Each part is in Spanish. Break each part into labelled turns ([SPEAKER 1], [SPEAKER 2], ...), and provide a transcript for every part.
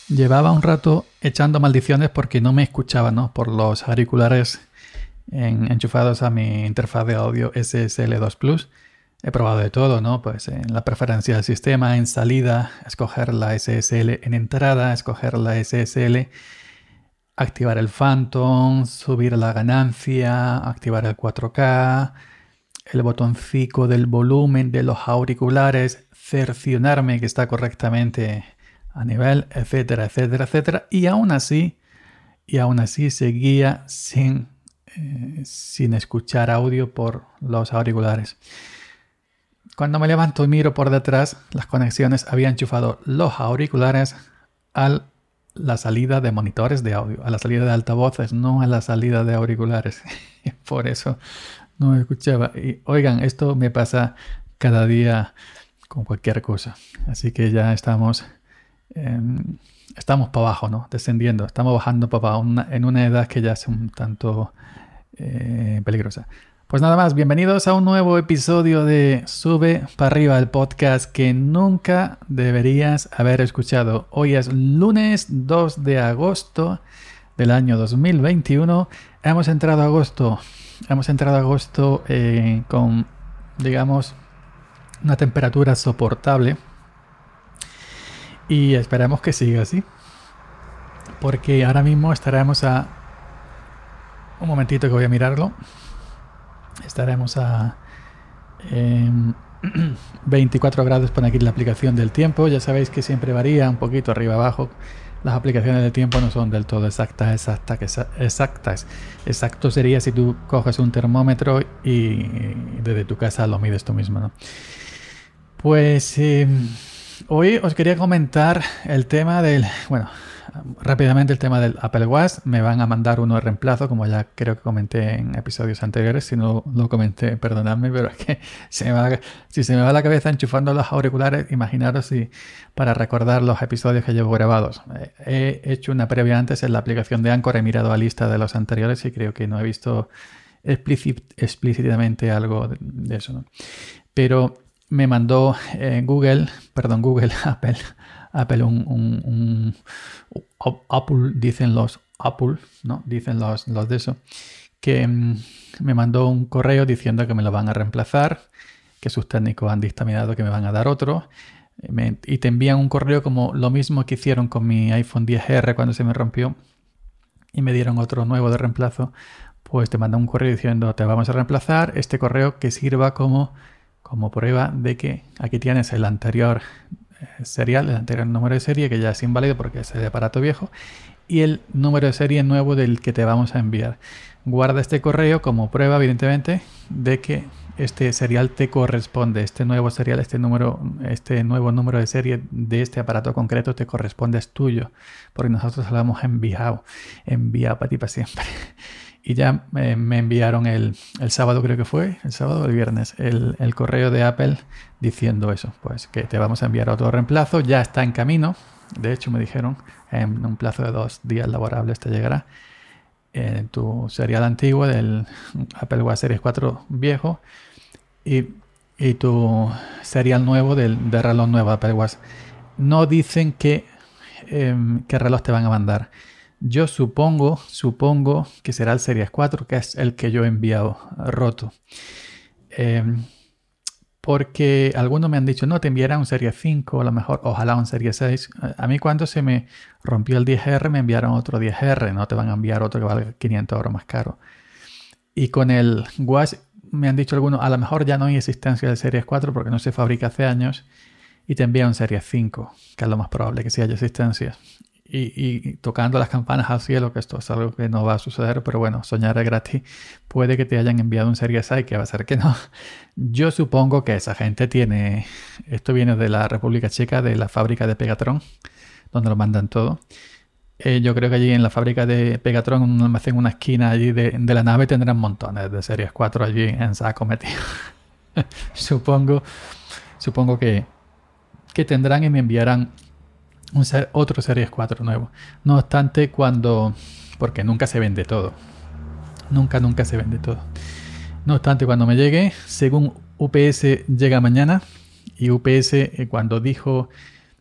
[SPEAKER 1] Llevaba un rato echando maldiciones porque no me escuchaba, ¿no? Por los auriculares enchufados a mi interfaz de audio SSL2 Plus. He probado de todo, ¿no? Pues en la preferencia del sistema, en salida, escoger la SSL en entrada, escoger la SSL, activar el Phantom, subir la ganancia, activar el 4K, el botoncito del volumen de los auriculares, cerciorarme que está correctamente a nivel, etcétera, etcétera, etcétera. Y aún así seguía sin escuchar audio por los auriculares. Cuando me levanto y miro por detrás, las conexiones habían enchufado los auriculares a la salida de monitores de audio, a la salida de altavoces, no a la salida de auriculares. Por eso no me escuchaba. Y oigan, esto me pasa cada día con cualquier cosa. Así que ya estamos para abajo, ¿no? Descendiendo, estamos bajando para abajo en una edad que ya es un tanto peligrosa. Pues nada más, bienvenidos a un nuevo episodio de Sube para Arriba, el podcast que nunca deberías haber escuchado. Hoy es lunes 2 de agosto del año 2021. Hemos entrado a agosto con, digamos, una temperatura soportable y esperamos que siga así, porque ahora mismo estaremos a... Un momentito que voy a mirarlo. Estaremos a 24 grados, pone aquí la aplicación del tiempo. Ya sabéis que siempre varía un poquito arriba abajo. Las aplicaciones del tiempo no son del todo exactas. Exacto sería si tú coges un termómetro y desde tu casa lo mides tú mismo, ¿no? Pues hoy os quería comentar el tema del... Bueno, rápidamente el tema del Apple Watch. Me van a mandar uno de reemplazo, como ya creo que comenté en episodios anteriores. Si no lo comenté, perdonadme, pero es que si se me va la cabeza enchufando los auriculares, imaginaros si para recordar los episodios que llevo grabados. He hecho una previa antes en la aplicación de Anchor, he mirado la lista de los anteriores y creo que no he visto explícitamente algo de eso, ¿no? Pero me mandó Apple Apple, dicen los Apple, ¿no? Dicen los de eso, que me mandó un correo diciendo que me lo van a reemplazar, que sus técnicos han dictaminado que me van a dar otro, y te envían un correo como lo mismo que hicieron con mi iPhone XR cuando se me rompió y me dieron otro nuevo de reemplazo. Pues te mandan un correo diciendo te vamos a reemplazar, este correo que sirva como prueba de que aquí tienes el anterior serial, el anterior número de serie que ya es inválido porque es el aparato viejo, y el número de serie nuevo del que te vamos a enviar. Guarda este correo como prueba, evidentemente, de que este serial te corresponde, este nuevo serial, este nuevo número de serie de este aparato concreto te corresponde, es tuyo, porque nosotros lo hemos enviado para ti para siempre. Y ya me enviaron el sábado, creo que fue, el sábado o el viernes, el correo de Apple diciendo eso, pues que te vamos a enviar otro reemplazo, ya está en camino. De hecho, me dijeron, en un plazo de 2 días laborables te llegará tu serial antiguo del Apple Watch Series 4 viejo y tu serial nuevo del reloj nuevo Apple Watch. No dicen qué reloj te van a mandar. Yo supongo que será el Series 4, que es el que yo he enviado roto. Porque algunos me han dicho, no, te enviarán un Series 5, a lo mejor, ojalá un Series 6. A mí cuando se me rompió el 10R, me enviaron otro 10R, no te van a enviar otro que valga 500 euros más caro. Y con el Watch me han dicho algunos, a lo mejor ya no hay existencia del Series 4 porque no se fabrica hace años, y te envían un Series 5, que es lo más probable que sí haya existencia. Y tocando las campanas al cielo, que esto es algo que no va a suceder, pero bueno, soñar es gratis. Puede que te hayan enviado un Series 6, que va a ser que no. Yo supongo que esa gente tiene... Esto viene de la República Checa, de la fábrica de Pegatron, donde lo mandan todo. Yo creo que allí en la fábrica de Pegatron, en un almacén, una esquina allí de la nave, tendrán montones de Series 4 allí en saco metido. Supongo que tendrán y me enviarán otro Series 4 nuevo. No obstante, porque nunca se vende todo. Nunca se vende todo. No obstante, cuando me llegue, según UPS llega mañana, y UPS cuando dijo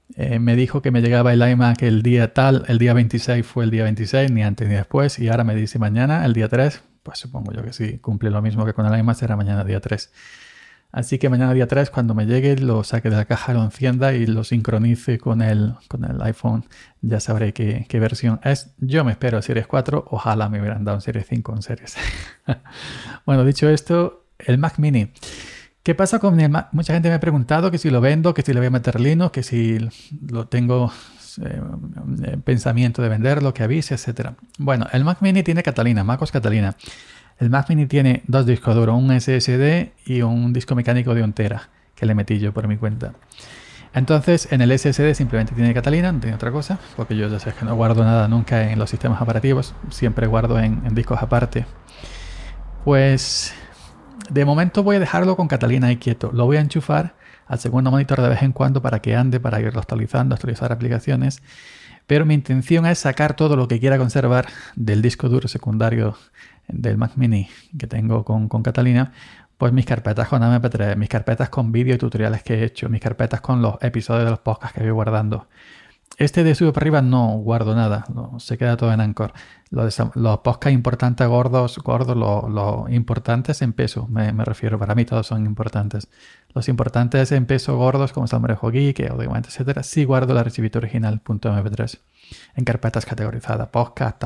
[SPEAKER 1] Me dijo que me llegaba el iMac el día tal, el día 26 fue el día 26, ni antes ni después, y ahora me dice mañana, el día 3, pues supongo yo que sí, cumple lo mismo que con el iMac, será mañana día 3. Así que mañana día 3, cuando me llegue, lo saque de la caja, lo encienda y lo sincronice con el iPhone. Ya sabré qué versión es. Yo me espero Series 4, ojalá me hubieran dado un Series 5 o un Series. Bueno, dicho esto, el Mac Mini. ¿Qué pasa con el Mac? Mucha gente me ha preguntado que si lo vendo, que si le voy a meter Linux, que si lo tengo pensamiento de venderlo, que avise, etc. Bueno, el Mac Mini tiene Catalina, MacOS Catalina. El Mac Mini tiene dos discos duros, un SSD y un disco mecánico de 1 tera, que le metí yo por mi cuenta. Entonces, en el SSD simplemente tiene Catalina, no tiene otra cosa, porque yo ya sé que no guardo nada nunca en los sistemas operativos, siempre guardo en discos aparte. Pues, de momento voy a dejarlo con Catalina ahí quieto. Lo voy a enchufar al segundo monitor de vez en cuando para que ande, para irlo actualizando, actualizar aplicaciones. Pero mi intención es sacar todo lo que quiera conservar del disco duro secundario del Mac Mini que tengo con Catalina, pues mis carpetas con MP3, mis carpetas con vídeos y tutoriales que he hecho, mis carpetas con los episodios de los podcasts que voy guardando. De sube para arriba no guardo nada, se queda todo en Anchor. Los podcasts importantes, gordos, los importantes en peso, me refiero, para mí todos son importantes. Los importantes en peso gordos, como Salmorejo Geek, Audiomente, etcétera, sí guardo el archivito original .mp3 en carpetas categorizadas, podcast,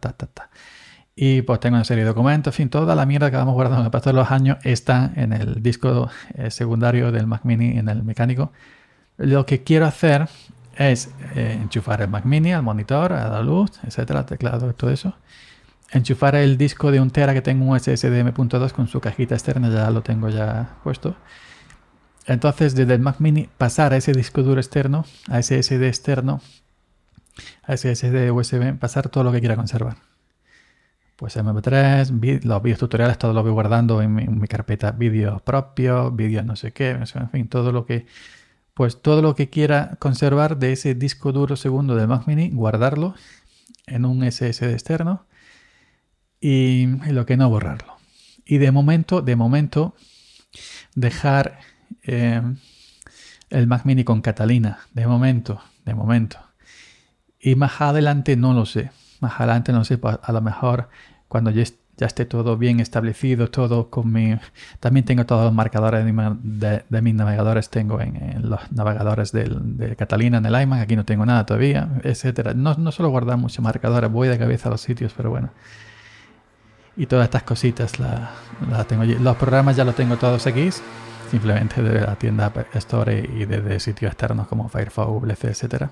[SPEAKER 1] Y pues tengo una serie de documentos, en fin, toda la mierda que vamos guardando en el paso de los años está en el disco secundario del Mac Mini, en el mecánico. Lo que quiero hacer es enchufar el Mac Mini al monitor, a la luz, etcétera, teclado, todo eso. Enchufar el disco de 1 tera que tengo, un SSD M.2 con su cajita externa, ya lo tengo ya puesto. Entonces, desde el Mac Mini pasar a ese disco duro externo, a ese SSD externo, a ese SSD USB, pasar todo lo que quiera conservar. Pues MP3, los vídeos tutoriales, todo lo voy guardando en mi carpeta vídeos propios, vídeos no sé qué, en fin, todo lo que quiera conservar de ese disco duro segundo del Mac Mini, guardarlo en un SSD externo y lo que no, borrarlo. Y de momento, dejar el Mac Mini con Catalina, de momento. Y más adelante no lo sé. Más adelante no sé, pues a lo mejor cuando ya esté todo bien establecido, todo con También tengo todos los marcadores de mis navegadores, tengo en los navegadores de Catalina en el iMac, aquí no tengo nada todavía, etcétera. No suelo guardar muchos marcadores, voy de cabeza a los sitios, pero bueno. Y todas estas cositas las tengo allí. Los programas ya los tengo todos aquí, simplemente de la tienda App Store y desde sitios externos como Firefox, VLC, etcétera.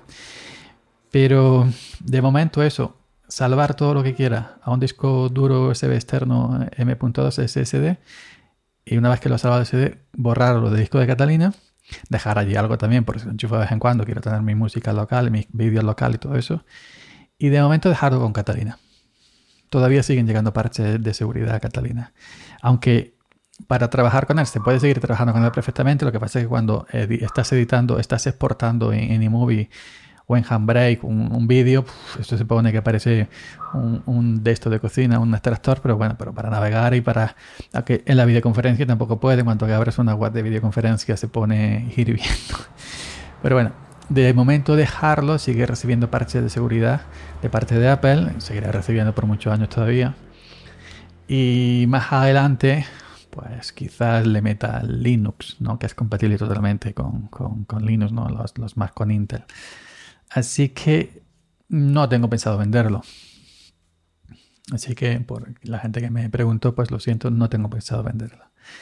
[SPEAKER 1] Pero de momento eso, salvar todo lo que quiera a un disco duro USB externo M.2 SSD y una vez que lo he salvado SSD, borrarlo del disco de Catalina, dejar allí algo también porque si lo enchufo de vez en cuando, quiero tener mi música local, mis vídeos local y todo eso, y de momento dejarlo con Catalina. Todavía siguen llegando parches de seguridad a Catalina, aunque para trabajar con él se puede seguir trabajando con él perfectamente. Lo que pasa es que cuando estás editando, estás exportando en eMovie o en Handbrake un vídeo, esto se pone que parece un de esto de cocina, un extractor, pero bueno, pero para navegar y para... Aunque en la videoconferencia tampoco puede, cuando abres una web de videoconferencia se pone hirviendo. Pero bueno, de momento dejarlo, sigue recibiendo parches de seguridad de parte de Apple, seguirá recibiendo por muchos años todavía. Y más adelante, pues quizás le meta Linux, ¿no? Que es compatible totalmente con Linux, ¿no? Los Mac con Intel. Así que no tengo pensado venderlo. Así que por la gente que me preguntó, pues lo siento, no tengo pensado venderlo.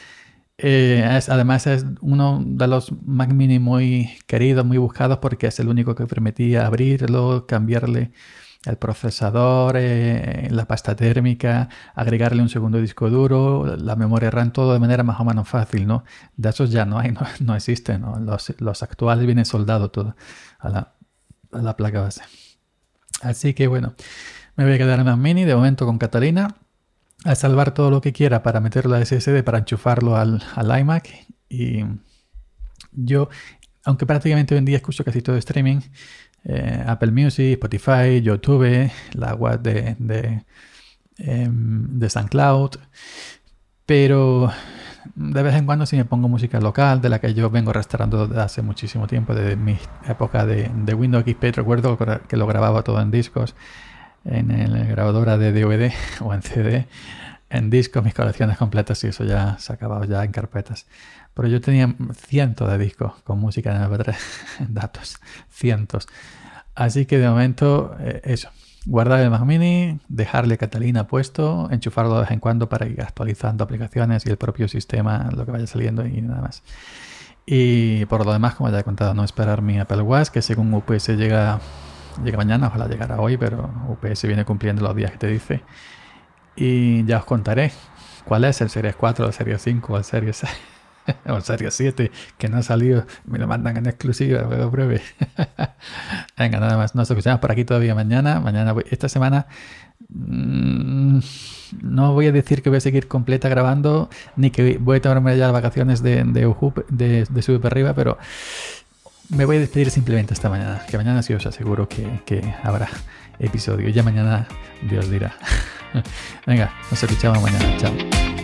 [SPEAKER 1] Además es uno de los Mac Mini muy queridos, muy buscados, porque es el único que permitía abrirlo, cambiarle el procesador, la pasta térmica, agregarle un segundo disco duro, la memoria RAM, todo de manera más o menos fácil, ¿no? De esos ya no hay, no existen, ¿no? Los actuales vienen soldados todo a la placa base. Así que bueno, me voy a quedar en Mac Mini de momento con Catalina, a salvar todo lo que quiera para meterlo a SSD, para enchufarlo al iMac. Y yo, aunque prácticamente hoy en día escucho casi todo streaming, Apple Music, Spotify, YouTube, la web de SoundCloud, pero de vez en cuando sí me pongo música local, de la que yo vengo restaurando desde hace muchísimo tiempo, desde mi época de Windows XP. Recuerdo que lo grababa todo en discos, en la grabadora de DVD o en CD, en discos, mis colecciones completas, y eso ya se ha acabado ya en carpetas. Pero yo tenía cientos de discos con música en MP3, datos, cientos. Así que de momento, eso. Guardar el Mac Mini, dejarle Catalina puesto, enchufarlo de vez en cuando para ir actualizando aplicaciones y el propio sistema, lo que vaya saliendo y nada más. Y por lo demás, como ya he contado, no esperar mi Apple Watch, que según UPS llega mañana, ojalá llegara hoy, pero UPS viene cumpliendo los días que te dice. Y ya os contaré cuál es el Series 4, el Series 5 o el Series 6. O el Series 7, que no ha salido, me lo mandan en exclusiva, que lo pruebe. Venga, nada más. Nos escuchamos por aquí todavía mañana. Esta semana no voy a decir que voy a seguir completa grabando, ni que voy a tomarme ya las vacaciones de Sube para Arriba, pero me voy a despedir simplemente esta mañana. Que mañana sí os aseguro que habrá episodio. Ya mañana Dios dirá. Venga, nos escuchamos mañana. Chao.